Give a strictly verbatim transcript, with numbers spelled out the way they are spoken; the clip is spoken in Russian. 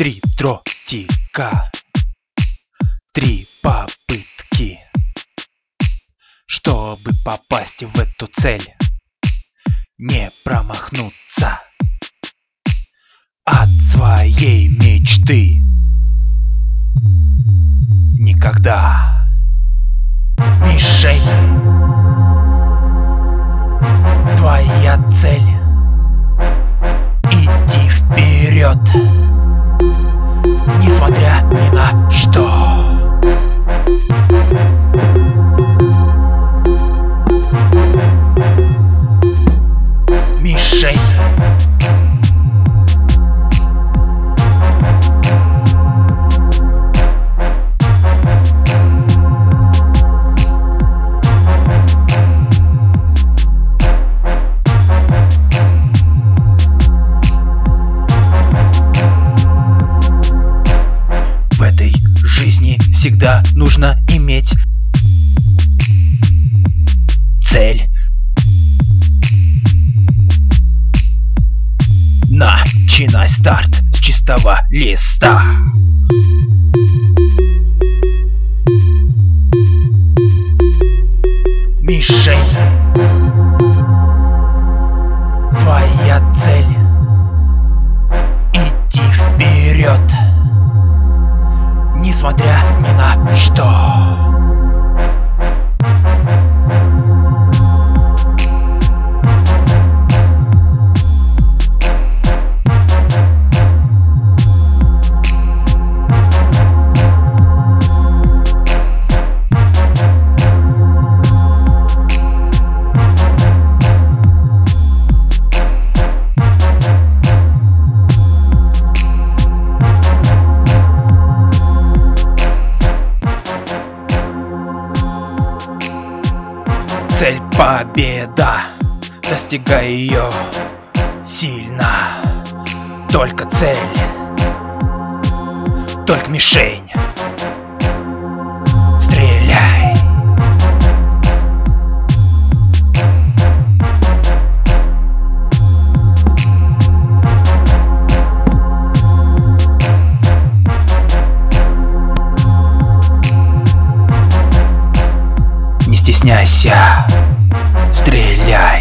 Три дротика, три попытки, чтобы попасть в эту цель, не промахнуться от своей мечты никогда. Мишень, твоя цель, иди вперед, несмотря ни на что. Мишень, в этой жизни всегда нужно иметь цель. Начинай старт с чистого листа. Мишень, твоя цель, иди вперед, несмотря ни на что. Цель — победа, достигай ее сильно. Только цель, только мишень. Стреляй. Не стесняйся, стреляй.